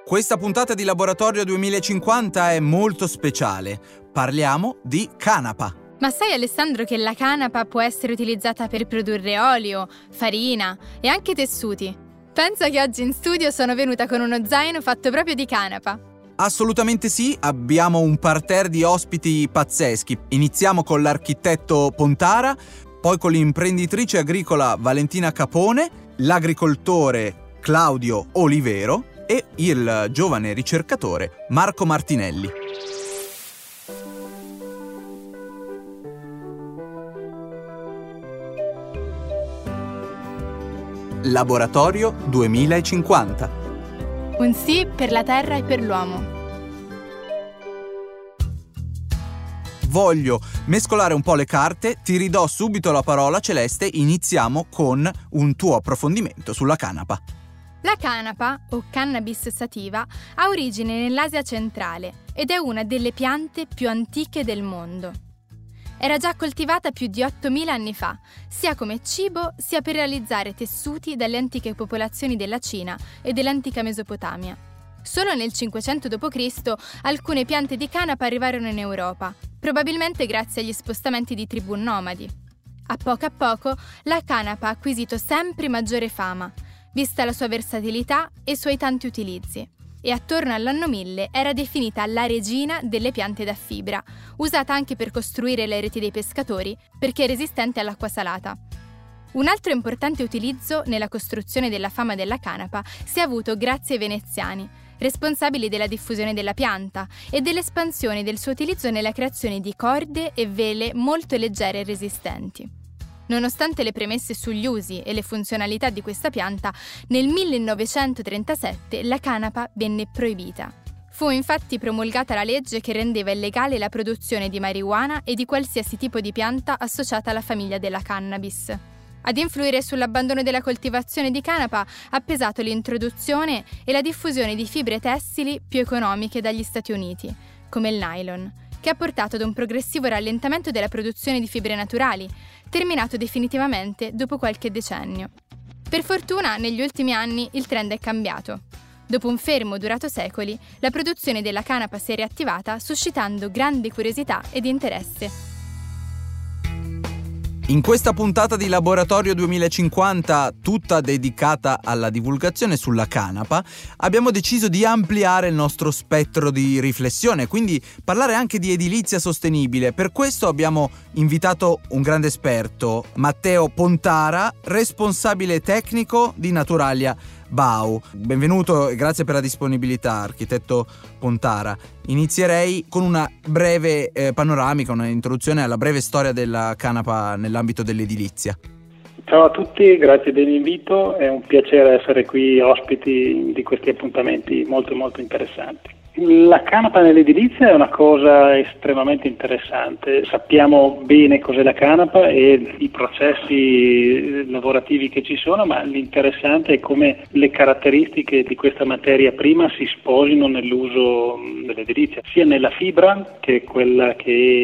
Questa puntata di Laboratorio 2050 è molto speciale. Parliamo di canapa. Ma sai, Alessandro, che la canapa può essere utilizzata per produrre olio, farina e anche tessuti? Pensa che oggi in studio sono venuta con uno zaino fatto proprio di canapa. Assolutamente sì, abbiamo un parterre di ospiti pazzeschi. Iniziamo con l'architetto Pontara, poi con l'imprenditrice agricola Valentina Capone, l'agricoltore Claudio Olivero e il giovane ricercatore Marco Martinelli. Laboratorio 2050. Un sì per la terra e per l'uomo. Voglio mescolare un po' le carte, ti ridò subito la parola, Celeste. Iniziamo con un tuo approfondimento sulla canapa. La canapa, o Cannabis sativa, ha origine nell'Asia centrale ed è una delle piante più antiche del mondo. Era già coltivata più di 8.000 anni fa, sia come cibo sia per realizzare tessuti dalle antiche popolazioni della Cina e dell'antica Mesopotamia. Solo nel 500 d.C. alcune piante di canapa arrivarono in Europa, probabilmente grazie agli spostamenti di tribù nomadi. A poco la canapa ha acquisito sempre maggiore fama, vista la sua versatilità e i suoi tanti utilizzi. E attorno all'anno 1000 era definita la regina delle piante da fibra, usata anche per costruire le reti dei pescatori, perché è resistente all'acqua salata. Un altro importante utilizzo nella costruzione della fama della canapa si è avuto grazie ai veneziani, responsabili della diffusione della pianta e dell'espansione del suo utilizzo nella creazione di corde e vele molto leggere e resistenti. Nonostante le premesse sugli usi e le funzionalità di questa pianta, nel 1937 la canapa venne proibita. Fu infatti promulgata la legge che rendeva illegale la produzione di marijuana e di qualsiasi tipo di pianta associata alla famiglia della cannabis. Ad influire sull'abbandono della coltivazione di canapa ha pesato l'introduzione e la diffusione di fibre tessili più economiche dagli Stati Uniti, come il nylon, che ha portato ad un progressivo rallentamento della produzione di fibre naturali, terminato definitivamente dopo qualche decennio. Per fortuna, negli ultimi anni il trend è cambiato. Dopo un fermo durato secoli, la produzione della canapa si è riattivata, suscitando grande curiosità ed interesse. In questa puntata di Laboratorio 2050, tutta dedicata alla divulgazione sulla canapa, abbiamo deciso di ampliare il nostro spettro di riflessione, quindi parlare anche di edilizia sostenibile. Per questo abbiamo invitato un grande esperto, Matteo Pontara, responsabile tecnico di Naturalia Bau. Benvenuto e grazie per la disponibilità, architetto Pontara. Inizierei con una breve panoramica, una introduzione alla breve storia della canapa nell'ambito dell'edilizia. Ciao a tutti, grazie dell'invito, è un piacere essere qui ospiti di questi appuntamenti molto molto interessanti. La canapa nell'edilizia è una cosa estremamente interessante. Sappiamo bene cos'è la canapa e i processi lavorativi che ci sono, ma l'interessante è come le caratteristiche di questa materia prima si sposino nell'uso dell'edilizia, sia nella fibra, che è quella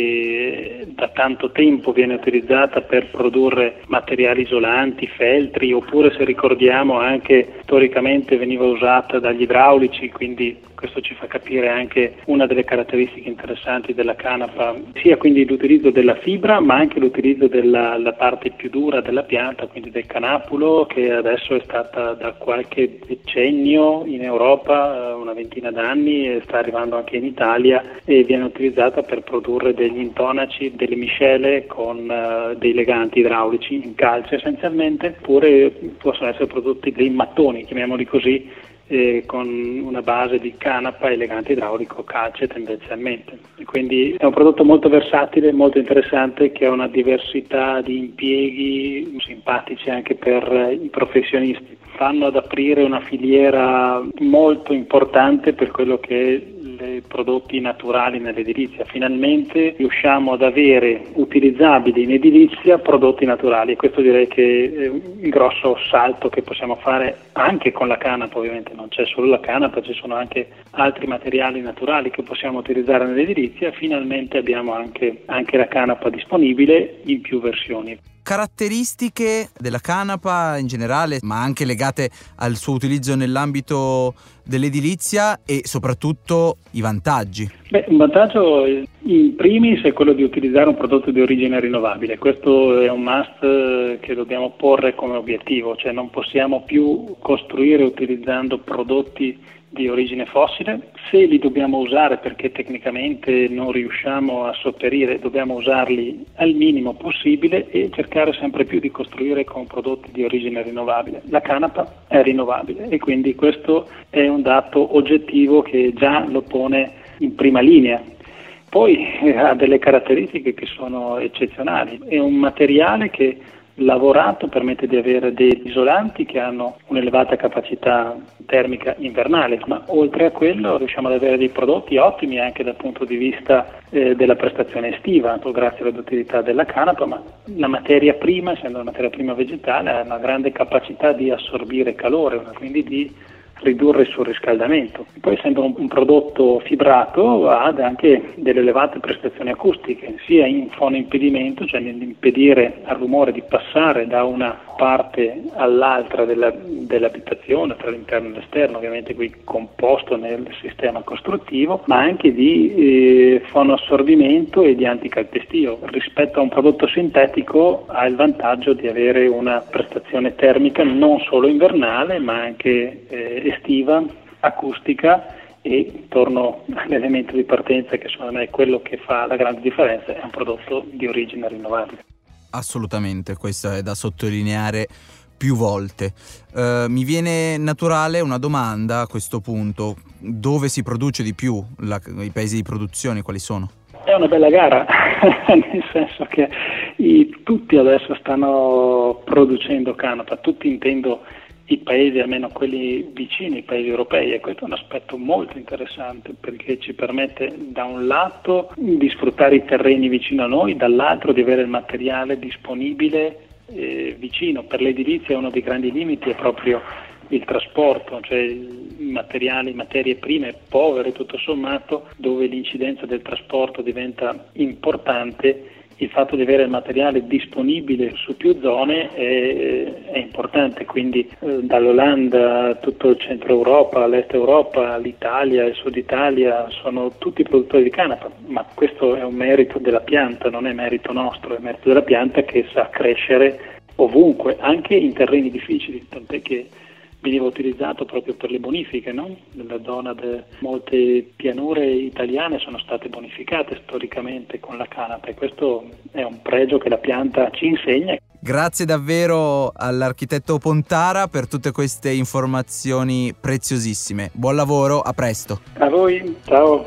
che da tanto tempo viene utilizzata per produrre materiali isolanti, feltri, oppure se ricordiamo anche storicamente veniva usata dagli idraulici, quindi questo ci fa capire anche una delle caratteristiche interessanti della canapa, sia quindi l'utilizzo della fibra ma anche l'utilizzo della parte più dura della pianta, quindi del canapulo, che adesso è stata da qualche decennio in Europa, una ventina d'anni, e sta arrivando anche in Italia e viene utilizzata per produrre degli intonaci, delle miscele con dei leganti idraulici in calce essenzialmente, oppure possono essere prodotti dei mattoni, chiamiamoli così, con una base di canapa e legante idraulico calce tendenzialmente. Quindi è un prodotto molto versatile, molto interessante, che ha una diversità di impieghi simpatici anche per i professionisti. Vanno ad aprire una filiera molto importante per quello che dei prodotti naturali nell'edilizia. Finalmente riusciamo ad avere utilizzabili in edilizia prodotti naturali, e questo direi che è un grosso salto che possiamo fare anche con la canapa. Ovviamente non c'è solo la canapa, ci sono anche altri materiali naturali che possiamo utilizzare nell'edilizia. Finalmente abbiamo anche la canapa disponibile in più versioni. caratteristiche della canapa in generale, ma anche legate al suo utilizzo nell'ambito dell'edilizia e soprattutto i vantaggi. Un vantaggio in primis è quello di utilizzare un prodotto di origine rinnovabile. Questo è un must che dobbiamo porre come obiettivo, cioè non possiamo più costruire utilizzando prodotti di origine fossile. Se li dobbiamo usare perché tecnicamente non riusciamo a sopperire, dobbiamo usarli al minimo possibile e cercare sempre più di costruire con prodotti di origine rinnovabile. La canapa è rinnovabile e quindi questo è un dato oggettivo che già lo pone in prima linea. Poi ha delle caratteristiche che sono eccezionali. È un materiale che lavorato permette di avere degli isolanti che hanno un'elevata capacità termica invernale, ma oltre a quello riusciamo ad avere dei prodotti ottimi anche dal punto di vista della prestazione estiva, grazie all'utilità della canapa, ma la materia prima, essendo una materia prima vegetale, ha una grande capacità di assorbire calore, quindi di ridurre il surriscaldamento. Poi, essendo un prodotto fibrato, ha anche delle elevate prestazioni acustiche, sia in fonoimpedimento, cioè nell'impedire al rumore di passare da una parte all'altra dell'abitazione, tra l'interno e l'esterno, ovviamente qui composto nel sistema costruttivo, ma anche di fonoassorbimento e di anticalpestio. Rispetto a un prodotto sintetico ha il vantaggio di avere una prestazione termica non solo invernale, ma anche estiva, acustica, e torno all'elemento di partenza che secondo me è quello che fa la grande differenza, è un prodotto di origine rinnovabile. Assolutamente, questo è da sottolineare più volte. Mi viene naturale una domanda a questo punto: dove si produce di più? I paesi di produzione quali sono? È una bella gara, nel senso che tutti adesso stanno producendo canapa, tutti intendo i paesi, almeno quelli vicini ai paesi europei, e questo è un aspetto molto interessante perché ci permette da un lato di sfruttare i terreni vicino a noi, dall'altro di avere il materiale disponibile vicino. Per l'edilizia uno dei grandi limiti è proprio il trasporto, cioè materie prime povere tutto sommato, dove l'incidenza del trasporto diventa importante. Il fatto di avere il materiale disponibile su più zone è importante, quindi dall'Olanda, tutto il centro Europa, l'est Europa, l'Italia, il sud Italia sono tutti produttori di canapa, ma questo è un merito della pianta, non è merito nostro, è merito della pianta che sa crescere ovunque, anche in terreni difficili, tant'è che veniva utilizzato proprio per le bonifiche, no? Nella zona molte pianure italiane sono state bonificate storicamente con la canapa e questo è un pregio che la pianta ci insegna. Grazie davvero all'architetto Pontara per tutte queste informazioni preziosissime. Buon lavoro, a presto. A voi, ciao.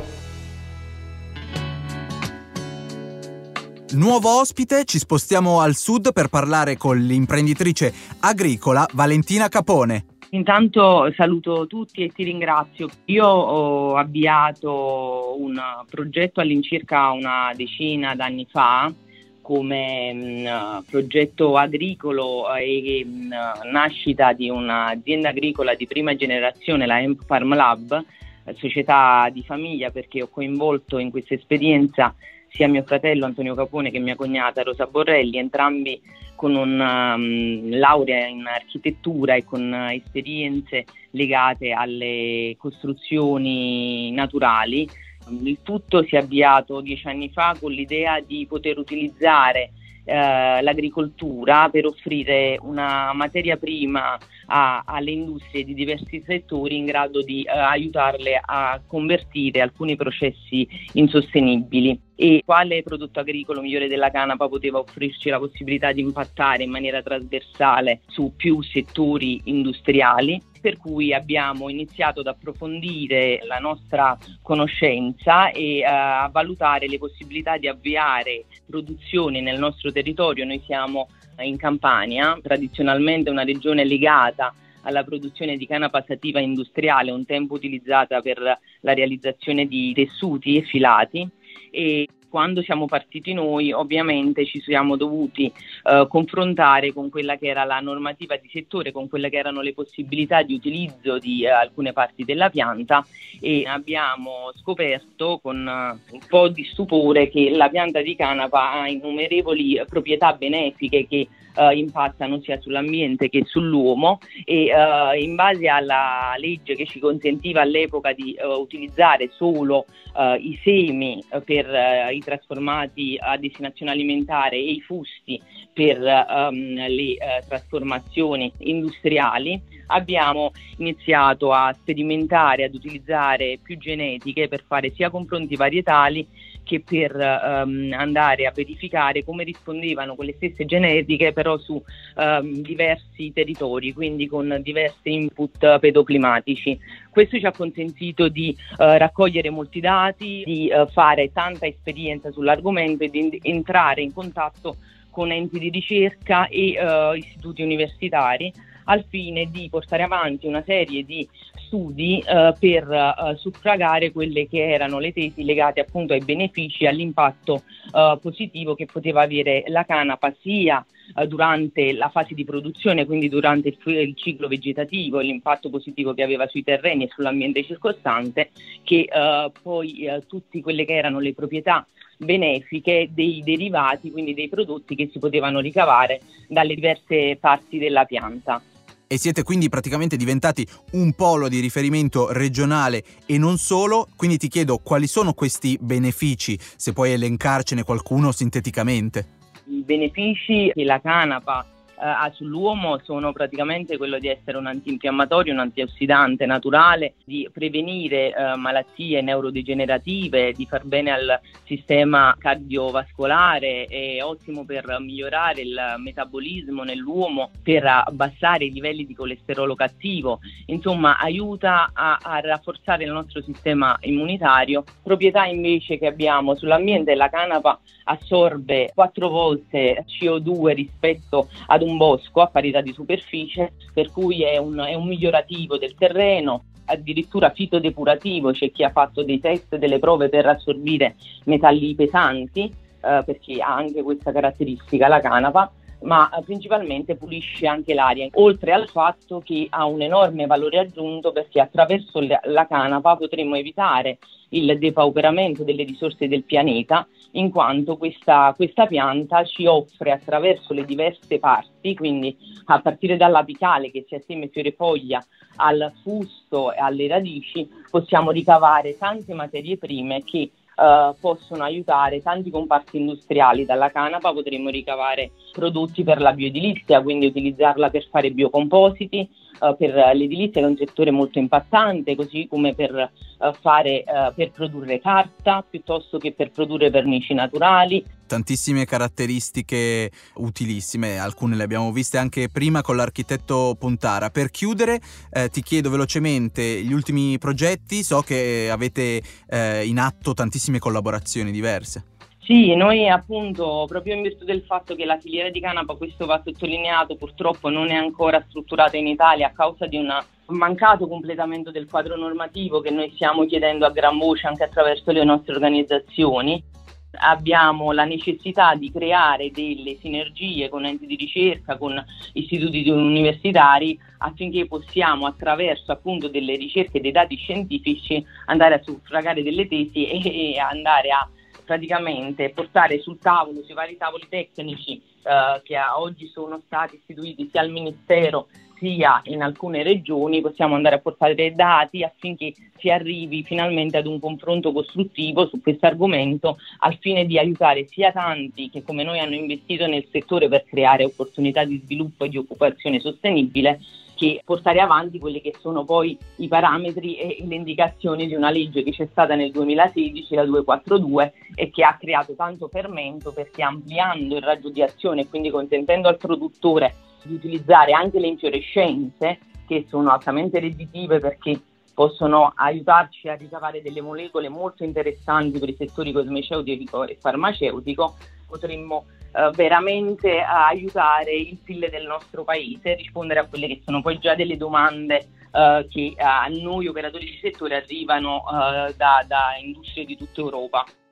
Nuovo ospite, ci spostiamo al sud per parlare con l'imprenditrice agricola Valentina Capone. Intanto saluto tutti e ti ringrazio. Io ho avviato un progetto all'incirca una decina d'anni fa come progetto agricolo e nascita di un'azienda agricola di prima generazione, la Hemp Farm Lab, società di famiglia, perché ho coinvolto in questa esperienza sia mio fratello Antonio Capone che mia cognata Rosa Borrelli, entrambi con una laurea in architettura e con esperienze legate alle costruzioni naturali. Il tutto si è avviato 10 anni fa con l'idea di poter utilizzare l'agricoltura per offrire una materia prima alle industrie di diversi settori in grado di aiutarle a convertire alcuni processi insostenibili. E quale prodotto agricolo migliore della canapa poteva offrirci la possibilità di impattare in maniera trasversale su più settori industriali? Per cui abbiamo iniziato ad approfondire la nostra conoscenza e a valutare le possibilità di avviare produzioni nel nostro territorio. Noi siamo in Campania, tradizionalmente una regione legata alla produzione di canapa sativa industriale, un tempo utilizzata per la realizzazione di tessuti e filati, e Quando siamo partiti noi, ovviamente ci siamo dovuti confrontare con quella che era la normativa di settore, con quelle che erano le possibilità di utilizzo di alcune parti della pianta, e abbiamo scoperto con un po' di stupore che la pianta di canapa ha innumerevoli proprietà benefiche che impattano sia sull'ambiente che sull'uomo, e in base alla legge che ci consentiva all'epoca di utilizzare solo i semi per i trasformati a destinazione alimentare e i fusti per le trasformazioni industriali, abbiamo iniziato a sperimentare, ad utilizzare più genetiche per fare sia confronti varietali che per andare a verificare come rispondevano quelle stesse genetiche però su diversi territori, quindi con diversi input pedoclimatici. Questo ci ha consentito di raccogliere molti dati, di fare tanta esperienza sull'argomento e di entrare in contatto con enti di ricerca e istituti universitari al fine di portare avanti una serie di studi per suffragare quelle che erano le tesi legate appunto ai benefici e all'impatto positivo che poteva avere la canapa sia durante la fase di produzione, quindi durante il ciclo vegetativo, e l'impatto positivo che aveva sui terreni e sull'ambiente circostante, che poi tutte quelle che erano le proprietà benefiche dei derivati, quindi dei prodotti che si potevano ricavare dalle diverse parti della pianta. E siete quindi praticamente diventati un polo di riferimento regionale e non solo, quindi ti chiedo quali sono questi benefici, se puoi elencarcene qualcuno sinteticamente. I benefici che la canapa ha sull'uomo sono praticamente quello di essere un antinfiammatorio, un antiossidante naturale, di prevenire malattie neurodegenerative, di far bene al sistema cardiovascolare, è ottimo per migliorare il metabolismo nell'uomo, per abbassare i livelli di colesterolo cattivo, insomma aiuta a rafforzare il nostro sistema immunitario. Proprietà invece che abbiamo sull'ambiente: la canapa assorbe 4 volte CO2 rispetto ad un bosco a parità di superficie, per cui è un migliorativo del terreno, addirittura fitodepurativo. C'è chi ha fatto dei test, delle prove per assorbire metalli pesanti, perché ha anche questa caratteristica la canapa, ma principalmente pulisce anche l'aria, oltre al fatto che ha un enorme valore aggiunto, perché attraverso la canapa potremmo evitare il depauperamento delle risorse del pianeta, in quanto questa pianta ci offre, attraverso le diverse parti, quindi a partire dall'apicale che si assieme fiore foglia al fusto e alle radici, possiamo ricavare tante materie prime che possono aiutare tanti comparti industriali. Dalla canapa potremmo ricavare prodotti per la bioedilizia, quindi utilizzarla per fare biocompositi, per l'edilizia, che è un settore molto impattante, così come per produrre carta, piuttosto che per produrre vernici naturali. Tantissime caratteristiche utilissime, alcune le abbiamo viste anche prima con l'architetto Pontara. Per chiudere ti chiedo velocemente gli ultimi progetti. So che avete in atto tantissime collaborazioni diverse. Sì, noi appunto, proprio in virtù del fatto che la filiera di canapa, questo va sottolineato, purtroppo non è ancora strutturata in Italia a causa di un mancato completamento del quadro normativo che noi stiamo chiedendo a gran voce anche attraverso le nostre organizzazioni. Abbiamo la necessità di creare delle sinergie con enti di ricerca, con istituti universitari, affinché possiamo, attraverso appunto delle ricerche e dei dati scientifici, andare a suffragare delle tesi e andare a praticamente portare sul tavolo, sui vari tavoli tecnici che oggi sono stati istituiti sia al Ministero sia in alcune regioni, possiamo andare a portare dati affinché si arrivi finalmente ad un confronto costruttivo su questo argomento, al fine di aiutare sia tanti che come noi hanno investito nel settore per creare opportunità di sviluppo e di occupazione sostenibile, che portare avanti quelli che sono poi i parametri e le indicazioni di una legge che c'è stata nel 2016, la 242, e che ha creato tanto fermento, perché ampliando il raggio di azione e quindi consentendo al produttore di utilizzare anche le infiorescenze, che sono altamente redditive perché possono aiutarci a ricavare delle molecole molto interessanti per i settori cosmeceutico e farmaceutico, potremmo veramente aiutare il PIL del nostro paese, rispondere a quelle che sono poi già delle domande che a noi operatori di settore arrivano da industrie di tutta Europa.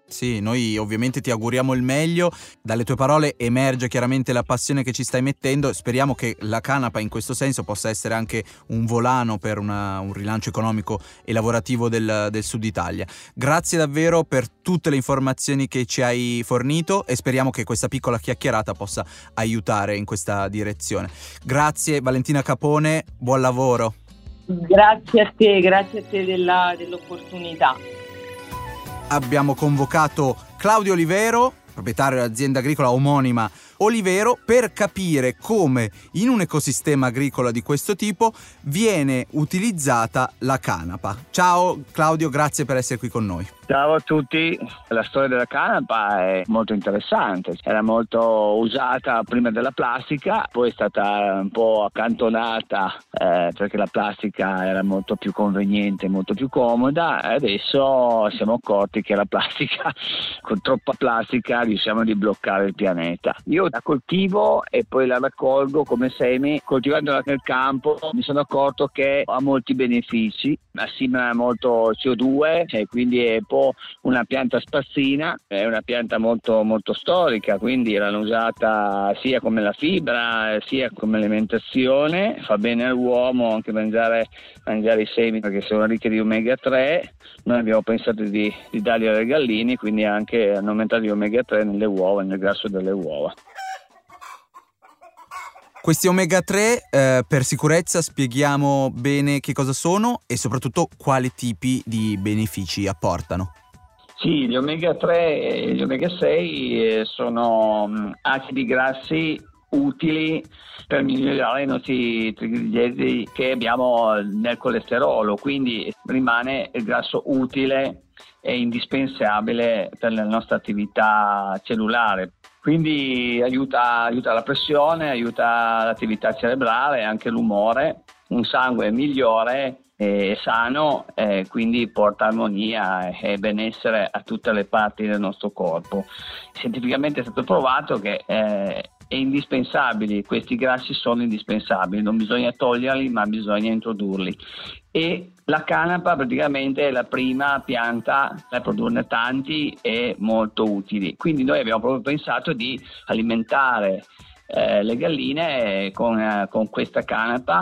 Sì, noi ovviamente ti auguriamo il meglio. Dalle tue parole emerge chiaramente la passione che ci stai mettendo. Speriamo che la canapa in questo senso possa essere anche un volano per un rilancio economico e lavorativo del Sud Italia. Grazie davvero per tutte le informazioni che ci hai fornito e speriamo che questa piccola chiacchierata possa aiutare in questa direzione. Grazie Valentina Capone, buon lavoro. Grazie a te dell'opportunità. Abbiamo convocato Claudio Olivero, proprietario dell'azienda agricola omonima Olivero, per capire come in un ecosistema agricolo di questo tipo viene utilizzata la canapa. Ciao Claudio, grazie per essere qui con noi. Ciao a tutti, la storia della canapa è molto interessante, era molto usata prima della plastica, poi è stata un po' accantonata perché la plastica era molto più conveniente, molto più comoda, e adesso siamo accorti che la plastica, con troppa plastica riusciamo di bloccare il pianeta. Io la coltivo e poi la raccolgo come semi, coltivandola nel campo mi sono accorto che ha molti benefici, assimila molto CO2 e quindi è un po' una pianta spazzina, è una pianta molto molto storica, quindi l'hanno usata sia come la fibra sia come alimentazione, fa bene all'uomo anche mangiare i semi perché sono ricchi di omega 3. Noi abbiamo pensato di darli alle galline, quindi anche hanno aumentato gli omega 3 nelle uova, nel grasso delle uova. Questi omega 3, per sicurezza spieghiamo bene che cosa sono e soprattutto quali tipi di benefici apportano. Sì, gli omega 3 e gli omega 6 sono acidi grassi utili per migliorare i nostri trigliceridi che abbiamo nel colesterolo, quindi rimane il grasso utile e indispensabile per la nostra attività cellulare. Quindi aiuta la pressione, aiuta l'attività cerebrale, anche l'umore, un sangue migliore e sano, quindi porta armonia e benessere a tutte le parti del nostro corpo. Scientificamente è stato provato che è indispensabile, questi grassi sono indispensabili, non bisogna toglierli ma bisogna introdurli. E la canapa praticamente è la prima pianta a produrne tanti e molto utili, quindi noi abbiamo proprio pensato di alimentare le galline con questa canapa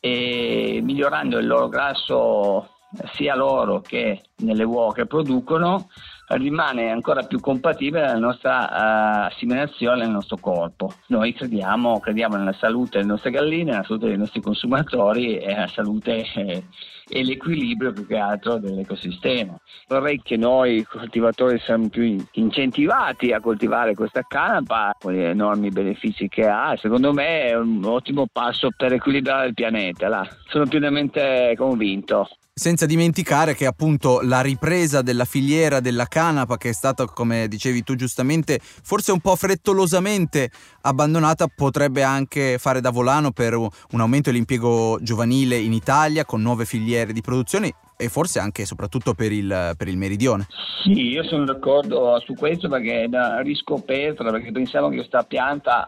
e migliorando il loro grasso sia loro che nelle uova che producono rimane ancora più compatibile alla nostra assimilazione nel nostro corpo. Noi crediamo nella salute delle nostre galline, nella salute dei nostri consumatori e nella salute e l'equilibrio più che altro dell'ecosistema. Vorrei che noi coltivatori siamo più incentivati a coltivare questa canapa con gli enormi benefici che ha. Secondo me è un ottimo passo per equilibrare il pianeta. Sono pienamente convinto. Senza dimenticare che appunto la ripresa della filiera della canapa, che è stata, come dicevi tu giustamente, forse un po' frettolosamente abbandonata, potrebbe anche fare da volano per un aumento dell'impiego giovanile in Italia con nuove filiere di produzione e forse anche e soprattutto per il meridione. Sì, io sono d'accordo su questo perché è da riscoperta, perché pensavo che questa pianta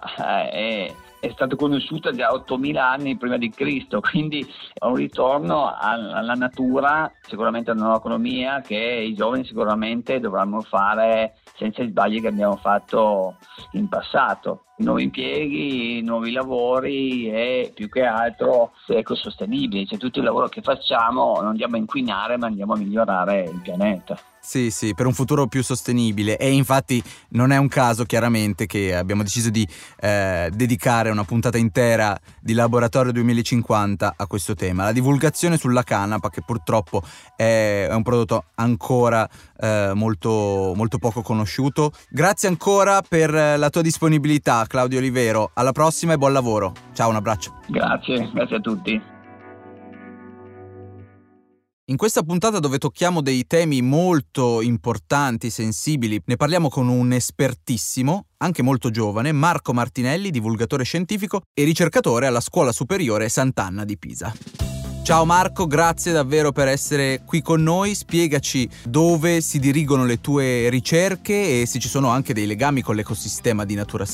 è stata conosciuta già 8.000 anni prima di Cristo, quindi è un ritorno alla natura, sicuramente alla nuova economia che i giovani sicuramente dovranno fare senza i sbagli che abbiamo fatto in passato. Nuovi impieghi, nuovi lavori e più che altro ecosostenibili, cioè tutto il lavoro che facciamo non andiamo a inquinare ma andiamo a migliorare il pianeta. Sì, per un futuro più sostenibile e infatti non è un caso chiaramente che abbiamo deciso di dedicare una puntata intera di Laboratorio 2050 a questo tema, la divulgazione sulla canapa che purtroppo è un prodotto ancora molto, molto poco conosciuto. Grazie ancora per la tua disponibilità Claudio Olivero, alla prossima e buon lavoro. Ciao, un abbraccio. Grazie a tutti. In questa puntata dove tocchiamo dei temi molto importanti, sensibili, ne parliamo con un espertissimo, anche molto giovane, Marco Martinelli, divulgatore scientifico e ricercatore alla Scuola Superiore Sant'Anna di Pisa. Ciao Marco, grazie davvero per essere qui con noi. Spiegaci dove si dirigono le tue ricerche e se ci sono anche dei legami con l'ecosistema di Natura Sì.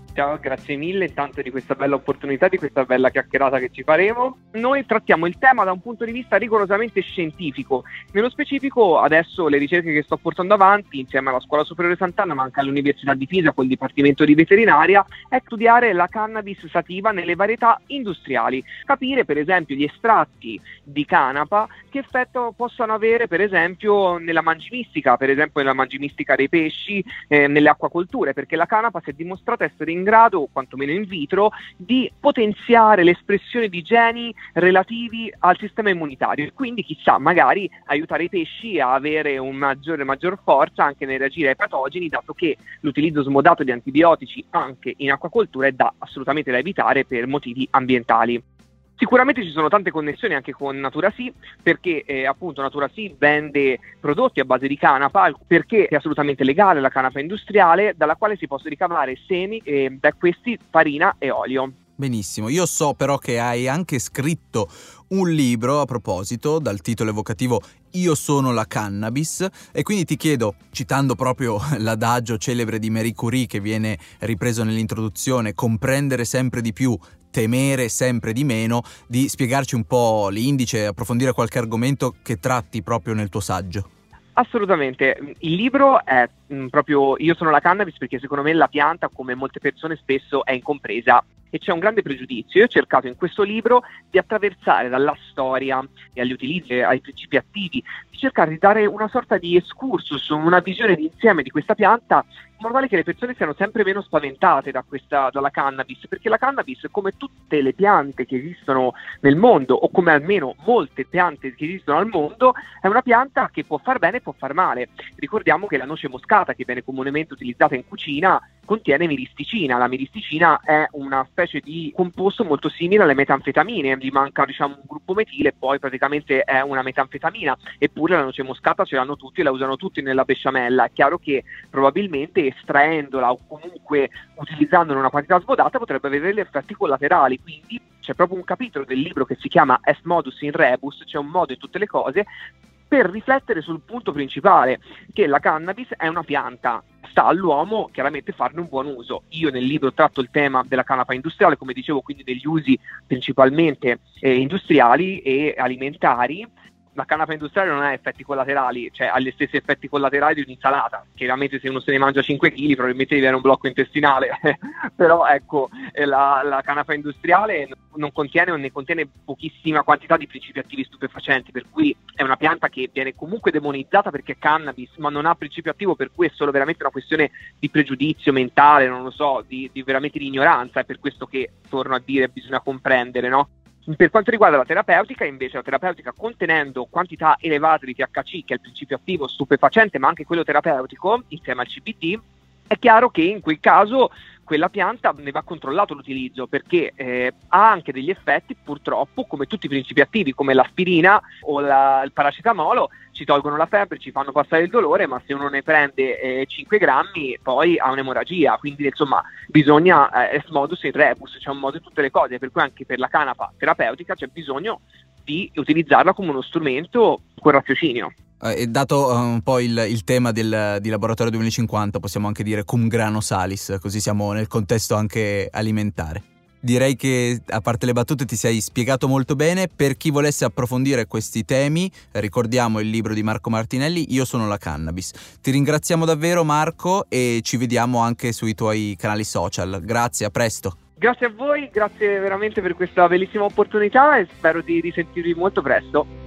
Ciao, grazie mille intanto di questa bella opportunità, di questa bella chiacchierata che ci faremo. Noi trattiamo il tema da un punto di vista rigorosamente scientifico. Nello specifico, adesso le ricerche che sto portando avanti insieme alla Scuola Superiore Sant'Anna, ma anche all'Università di Pisa col Dipartimento di Veterinaria, è studiare la cannabis sativa nelle varietà industriali. Capire per esempio gli estratti di canapa che effetto possano avere per esempio nella mangimistica, per esempio nella mangimistica dei pesci, nelle acquacolture, perché la canapa si è dimostrata essere in grado, quantomeno in vitro, di potenziare l'espressione di geni relativi al sistema immunitario e quindi chissà magari aiutare i pesci a avere un maggior forza anche nel reagire ai patogeni, dato che l'utilizzo smodato di antibiotici anche in acquacoltura è assolutamente da evitare per motivi ambientali. Sicuramente ci sono tante connessioni anche con Naturasi, perché appunto Naturasi vende prodotti a base di canapa, perché è assolutamente legale la canapa industriale, dalla quale si possono ricavare semi e da questi farina e olio. Benissimo, io so però che hai anche scritto un libro a proposito, dal titolo evocativo Io sono la cannabis, e quindi ti chiedo, citando proprio l'adagio celebre di Marie Curie che viene ripreso nell'introduzione, comprendere sempre di più, temere sempre di meno, di spiegarci un po' l'indice e approfondire qualche argomento che tratti proprio nel tuo saggio. Assolutamente, il libro è proprio Io sono la cannabis, perché secondo me la pianta, come molte persone spesso, è incompresa e c'è un grande pregiudizio. Io ho cercato in questo libro di attraversare dalla storia e agli utilizzi, ai principi attivi, di cercare di dare una sorta di excursus, una visione d'insieme di questa pianta, in modo tale che le persone siano sempre meno spaventate dalla cannabis, perché la cannabis, come tutte le piante che esistono nel mondo, o come almeno molte piante che esistono al mondo, è una pianta che può far bene e può far male. Ricordiamo che la noce moscata, che viene comunemente utilizzata in cucina, contiene miristicina. La miristicina è una specie di composto molto simile alle metanfetamine, gli manca un gruppo metile e poi praticamente è una metanfetamina, eppure la noce moscata ce l'hanno tutti e la usano tutti nella besciamella. È chiaro che probabilmente estraendola o comunque utilizzandola in una quantità svodata potrebbe avere degli effetti collaterali, quindi c'è proprio un capitolo del libro che si chiama Est modus in rebus, c'è un modo in tutte le cose, per riflettere sul punto principale, che la cannabis è una pianta, sta all'uomo chiaramente farne un buon uso. Io nel libro tratto il tema della canapa industriale, come dicevo, quindi degli usi principalmente industriali e alimentari. La canapa industriale non ha effetti collaterali, cioè ha gli stessi effetti collaterali di un'insalata. Chiaramente se uno se ne mangia 5 kg probabilmente gli viene un blocco intestinale, però ecco, la canapa industriale non contiene o ne contiene pochissima quantità di principi attivi stupefacenti, per cui è una pianta che viene comunque demonizzata perché è cannabis, ma non ha principio attivo, per cui è solo veramente una questione di pregiudizio mentale, non lo so, di veramente di ignoranza. È per questo che, torno a dire, bisogna comprendere, no? Per quanto riguarda la terapeutica, invece, la terapeutica contenendo quantità elevate di THC, che è il principio attivo stupefacente, ma anche quello terapeutico, insieme al CBD, è chiaro che in quel caso quella pianta ne va controllato l'utilizzo, perché ha anche degli effetti, purtroppo, come tutti i principi attivi, come l'aspirina o il paracetamolo, ci tolgono la febbre, ci fanno passare il dolore, ma se uno ne prende 5 grammi poi ha un'emorragia. Quindi insomma bisogna est modus in rebus, c'è un modo in tutte le cose, per cui anche per la canapa terapeutica c'è bisogno di utilizzarla come uno strumento con raziocinio. E dato un po' il tema di Laboratorio 2050, possiamo anche dire cum grano salis, così siamo nel contesto anche alimentare. Direi che, a parte le battute, ti sei spiegato molto bene. Per chi volesse approfondire questi temi, ricordiamo il libro di Marco Martinelli, Io sono la cannabis. Ti ringraziamo davvero, Marco, e ci vediamo anche sui tuoi canali social. Grazie, a presto. Grazie a voi, grazie veramente per questa bellissima opportunità e spero di risentirvi molto presto.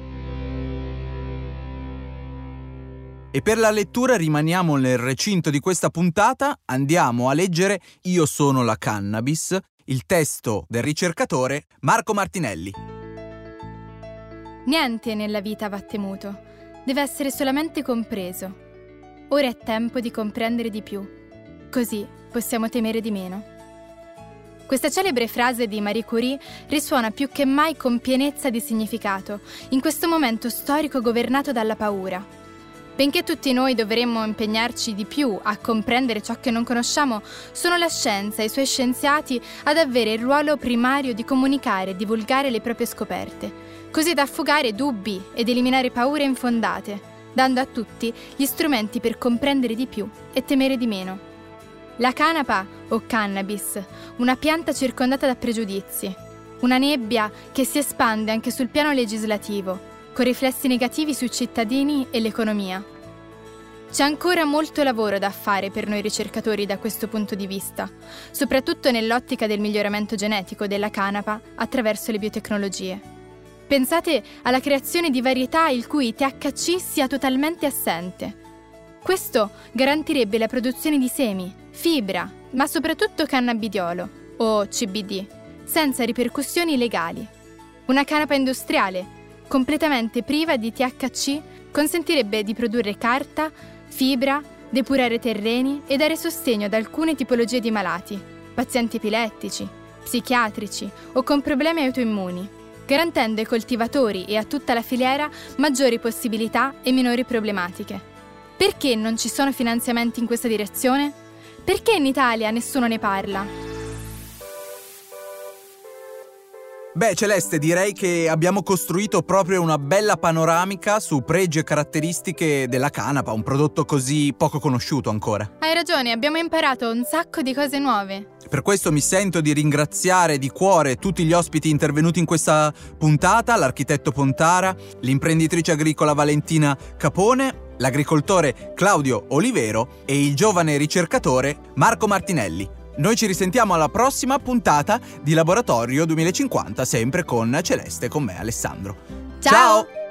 E per la lettura rimaniamo nel recinto di questa puntata, andiamo a leggere Io sono la cannabis, il testo del ricercatore Marco Martinelli. Niente nella vita va temuto, deve essere solamente compreso. Ora è tempo di comprendere di più, così possiamo temere di meno. Questa celebre frase di Marie Curie risuona più che mai con pienezza di significato in questo momento storico governato dalla paura. Benché tutti noi dovremmo impegnarci di più a comprendere ciò che non conosciamo, sono la scienza e i suoi scienziati ad avere il ruolo primario di comunicare e divulgare le proprie scoperte, così da fugare dubbi ed eliminare paure infondate, dando a tutti gli strumenti per comprendere di più e temere di meno. La canapa o cannabis, una pianta circondata da pregiudizi, una nebbia che si espande anche sul piano legislativo, con riflessi negativi sui cittadini e l'economia. C'è ancora molto lavoro da fare per noi ricercatori da questo punto di vista, soprattutto nell'ottica del miglioramento genetico della canapa attraverso le biotecnologie. Pensate alla creazione di varietà il cui THC sia totalmente assente. Questo garantirebbe la produzione di semi, fibra, ma soprattutto cannabidiolo, o CBD, senza ripercussioni legali. Una canapa industriale, completamente priva di THC, consentirebbe di produrre carta, fibra, depurare terreni e dare sostegno ad alcune tipologie di malati, pazienti epilettici, psichiatrici o con problemi autoimmuni, garantendo ai coltivatori e a tutta la filiera maggiori possibilità e minori problematiche. Perché non ci sono finanziamenti in questa direzione? Perché in Italia nessuno ne parla? Beh, Celeste, direi che abbiamo costruito proprio una bella panoramica su pregi e caratteristiche della canapa, un prodotto così poco conosciuto ancora. Hai ragione, abbiamo imparato un sacco di cose nuove. Per questo mi sento di ringraziare di cuore tutti gli ospiti intervenuti in questa puntata, l'architetto Pontara, l'imprenditrice agricola Valentina Capone, l'agricoltore Claudio Olivero e il giovane ricercatore Marco Martinelli. Noi ci risentiamo alla prossima puntata di Laboratorio 2050, sempre con Celeste e con me, Alessandro. Ciao!